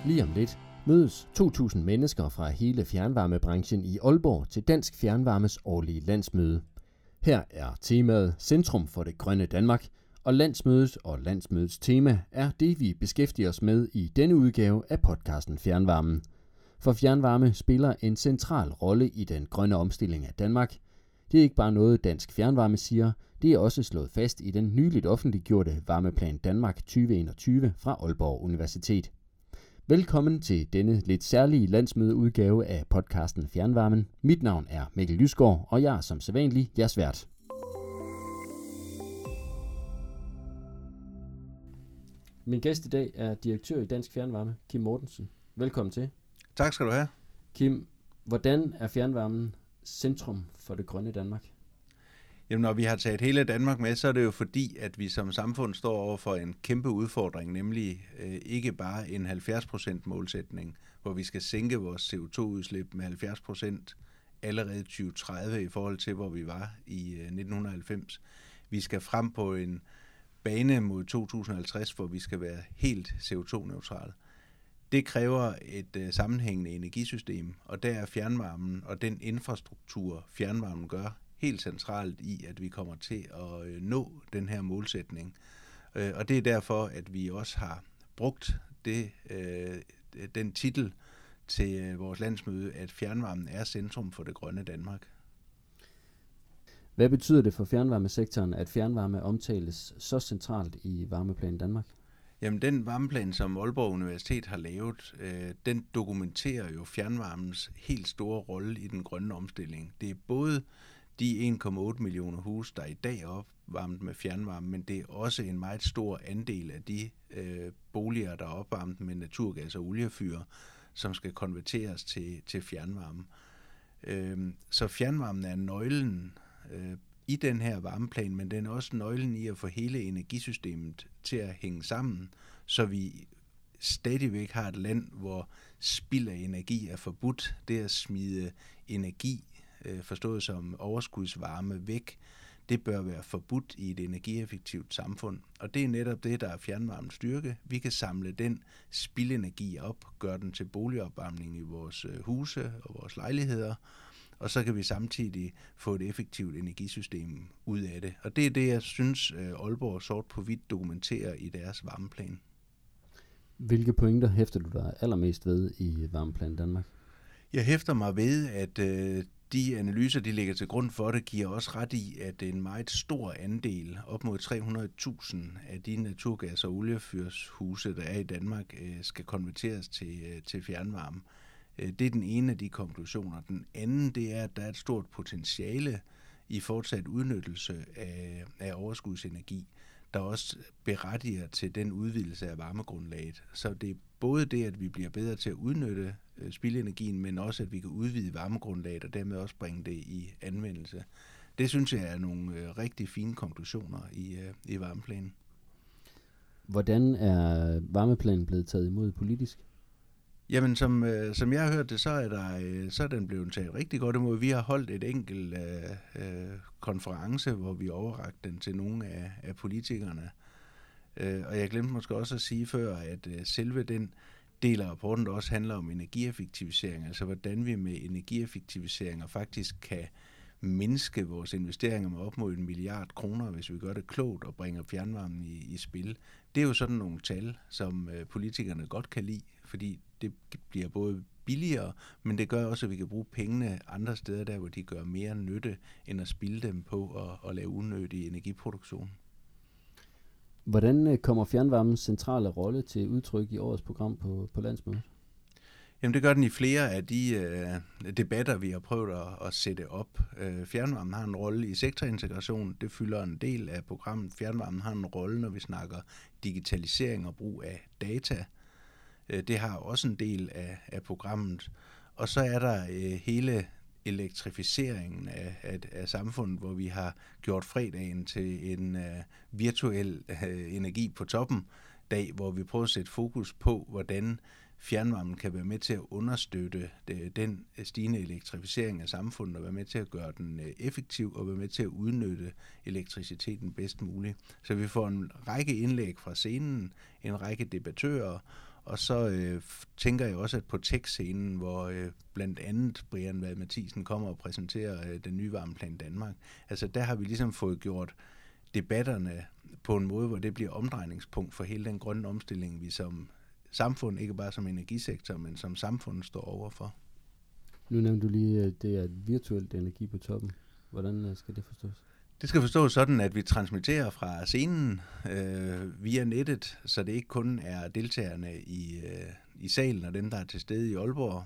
Lige om lidt mødes 2.000 mennesker fra hele fjernvarmebranchen i Aalborg til Dansk Fjernvarmes årlige landsmøde. Her er temaet Centrum for det grønne Danmark, og landsmødets tema er det, vi beskæftiger os med i denne udgave af podcasten Fjernvarmen. For fjernvarme spiller en central rolle i den grønne omstilling af Danmark. Det er ikke bare noget, Dansk Fjernvarme siger, det er også slået fast i den nyligt offentliggjorte Varmeplan Danmark 2021 fra Aalborg Universitet. Velkommen til denne lidt særlige landsmødeudgave af podcasten Fjernvarmen. Mit navn er Mikkel Lysgaard, og jeg er som sædvanlig jeres vært. Min gæst i dag er direktør i Dansk Fjernvarme, Kim Mortensen. Velkommen til. Tak skal du have. Kim, hvordan er fjernvarmen centrum for det grønne Danmark? Jamen, når vi har taget hele Danmark med, så er det jo fordi, at vi som samfund står over for en kæmpe udfordring, nemlig ikke bare en 70% målsætning, hvor vi skal sænke vores CO2-udslip med 70% allerede 2030 i forhold til, hvor vi var i 1990. Vi skal frem på en bane mod 2050, hvor vi skal være helt CO2-neutrale. Det kræver et sammenhængende energisystem, og der er fjernvarmen og den infrastruktur, fjernvarmen gør, helt centralt i, at vi kommer til at nå den her målsætning. Og det er derfor, at vi også har brugt den titel til vores landsmøde, at fjernvarmen er centrum for det grønne Danmark. Hvad betyder det for fjernvarmesektoren, at fjernvarme omtales så centralt i Varmeplan Danmark? Jamen, den varmeplan, som Aalborg Universitet har lavet, den dokumenterer jo fjernvarmens helt store rolle i den grønne omstilling. Det er både de 1,8 millioner huse, der i dag er opvarmet med fjernvarme, men det er også en meget stor andel af de boliger, der er opvarmet med naturgas og oliefyr, som skal konverteres til fjernvarme. Så fjernvarmen er nøglen i den her varmeplan, men den er også nøglen i at få hele energisystemet til at hænge sammen, så vi stadigvæk har et land, hvor spild af energi er forbudt. Det at smide energi, forstået som overskudsvarme, væk, det bør være forbudt i et energieffektivt samfund. Og det er netop det, der er fjernvarmens styrke. Vi kan samle den spildenergi op, gøre den til boligopvarmning i vores huse og vores lejligheder, og så kan vi samtidig få et effektivt energisystem ud af det. Og det er det, jeg synes, Aalborg sort på hvidt dokumenterer i deres varmeplan. Hvilke pointer hæfter du dig allermest ved i Varmeplan Danmark? Jeg hæfter mig ved, at de analyser, de ligger til grund for det, giver også ret i, at en meget stor andel, op mod 300.000 af de naturgas- og oliefyrshuse, der er i Danmark, skal konverteres til fjernvarme. Det er den ene af de konklusioner. Den anden, det er, at der er et stort potentiale i fortsat udnyttelse af overskudsenergi, der også berettiger til den udvidelse af varmegrundlaget. Så det er både det, at vi bliver bedre til at udnytte spildenergien, men også, at vi kan udvide varmegrundlaget og dermed også bringe det i anvendelse. Det synes jeg er nogle rigtig fine konklusioner i varmeplanen. Hvordan er varmeplanen blevet taget imod politisk? Jamen, som jeg har hørt det, så er den blevet taget rigtig godt imod. Vi har holdt et enkelt konference, hvor vi overrakte den til nogle af politikerne. Og jeg glemte måske også at sige før, at selve den del af rapporten, der også handler om energieffektivisering, altså hvordan vi med energieffektiviseringer faktisk kan mindske vores investeringer med op mod 1 milliard kroner, hvis vi gør det klogt og bringer fjernvarmen i spil. Det er jo sådan nogle tal, som politikerne godt kan lide, fordi det bliver både billigere, men det gør også, at vi kan bruge pengene andre steder, der hvor de gør mere nytte, end at spilde dem på at lave unødig energiproduktion. Hvordan kommer fjernvarmens centrale rolle til udtryk i årets program på landsmødet? Jamen, det gør den i flere af de debatter, vi har prøvet at sætte op. Fjernvarmen har en rolle i sektorintegration. Det fylder en del af programmet. Fjernvarmen har en rolle, når vi snakker digitalisering og brug af data. Det har også en del af programmet. Og så er der hele elektrificeringen af samfundet, hvor vi har gjort fredagen til en virtuel energi på toppen dag, hvor vi prøver at sætte fokus på, hvordan fjernvarmen kan være med til at understøtte den stigende elektrificering af samfundet og være med til at gøre den effektiv og være med til at udnytte elektriciteten bedst muligt. Så vi får en række indlæg fra scenen, en række debattører, Og så tænker jeg også, at på tech-scenen, hvor blandt andet Brian Vad Mathiesen kommer og præsenterer den nye Varmeplan Danmark, altså der har vi ligesom fået gjort debatterne på en måde, hvor det bliver omdrejningspunkt for hele den grønne omstilling, vi som samfund, ikke bare som energisektor, men som samfund står overfor. Nu nævnte du lige, at det er et virtuelt energi på toppen. Hvordan skal det forstås? Det skal forstås sådan, at vi transmitterer fra scenen via nettet, så det ikke kun er deltagerne i salen og dem, der er til stede i Aalborg,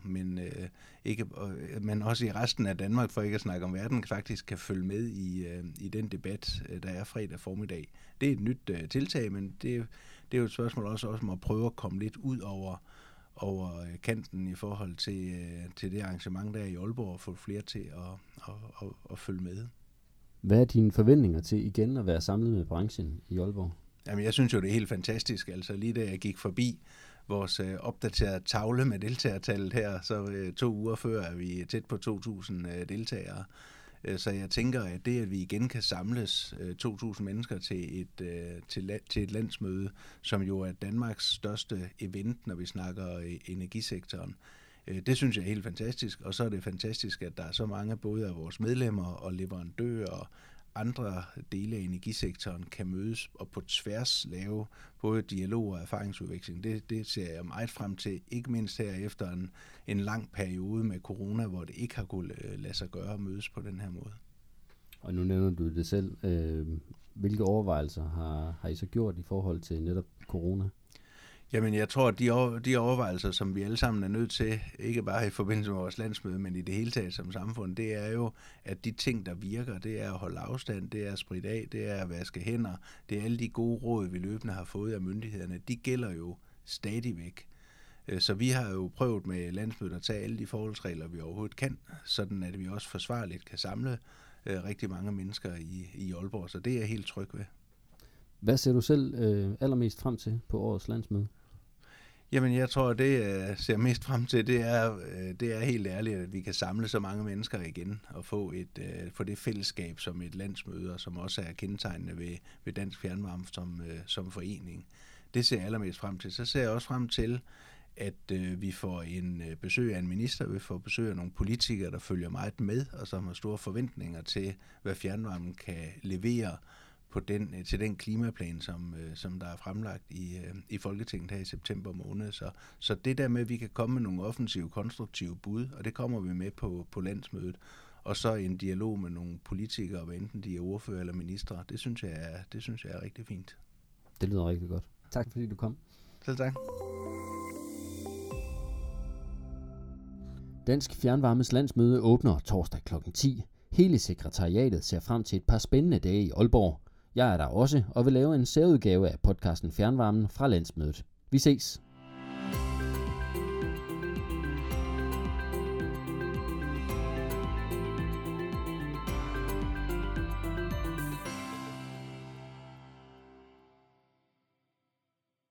men også i resten af Danmark, for ikke at snakke om verden, faktisk kan følge med i den debat, der er fredag formiddag. Det er et nyt tiltag, men det er jo et spørgsmål også om at prøve at komme lidt ud over kanten i forhold til det arrangement, der er i Aalborg, og få flere til at følge med. Hvad er dine forventninger til igen at være samlet med branchen i Aalborg? Jamen, jeg synes jo, det er helt fantastisk. Altså lige da jeg gik forbi vores opdaterede tavle med deltagertallet her, så 2 uger før er vi tæt på 2.000 deltagere. Så jeg tænker, at det, at vi igen kan samles 2.000 mennesker til et landsmøde, som jo er Danmarks største event, når vi snakker energisektoren, det synes jeg er helt fantastisk, og så er det fantastisk, at der er så mange både af vores medlemmer og leverandører og andre dele af energisektoren kan mødes og på tværs lave både dialog og erfaringsudveksling. Det ser jeg meget frem til, ikke mindst her efter en lang periode med corona, hvor det ikke har kunnet lade sig gøre at mødes på den her måde. Og nu nævner du det selv. Hvilke overvejelser har I så gjort i forhold til netop corona? Jamen, jeg tror, at de overvejelser, som vi alle sammen er nødt til, ikke bare i forbindelse med vores landsmøde, men i det hele taget som samfund, det er jo, at de ting, der virker, det er at holde afstand, det er at spritte af, det er at vaske hænder, det er alle de gode råd, vi løbende har fået af myndighederne, de gælder jo stadigvæk. Så vi har jo prøvet med landsmødet at tage alle de forholdsregler, vi overhovedet kan, sådan at vi også forsvarligt kan samle rigtig mange mennesker i Aalborg, så det er jeg helt tryg ved. Hvad ser du selv allermest frem til på årets landsmøde? Jamen, jeg tror, det jeg ser mest frem til, det er helt ærligt, at vi kan samle så mange mennesker igen og få det fællesskab som et landsmøde, og som også er kendetegnende ved Dansk Fjernvarme som forening. Det ser jeg allermest frem til. Så ser jeg også frem til, at vi får en besøg af en minister, vi får besøg af nogle politikere, der følger meget med, og som har store forventninger til, hvad fjernvarmen kan levere til den klimaplan, som der er fremlagt i Folketinget her i september måned. Så det der med, at vi kan komme med nogle offensive, konstruktive bud, og det kommer vi med på landsmødet, og så en dialog med nogle politikere, hvad enten de er ordfører eller ministre, det synes jeg er rigtig fint. Det lyder rigtig godt. Tak fordi du kom. Selv tak. Dansk Fjernvarmes landsmøde åbner torsdag kl. 10. Hele sekretariatet ser frem til et par spændende dage i Aalborg. Jeg er der også og vil lave en særudgave af podcasten Fjernvarmen fra landsmødet. Vi ses!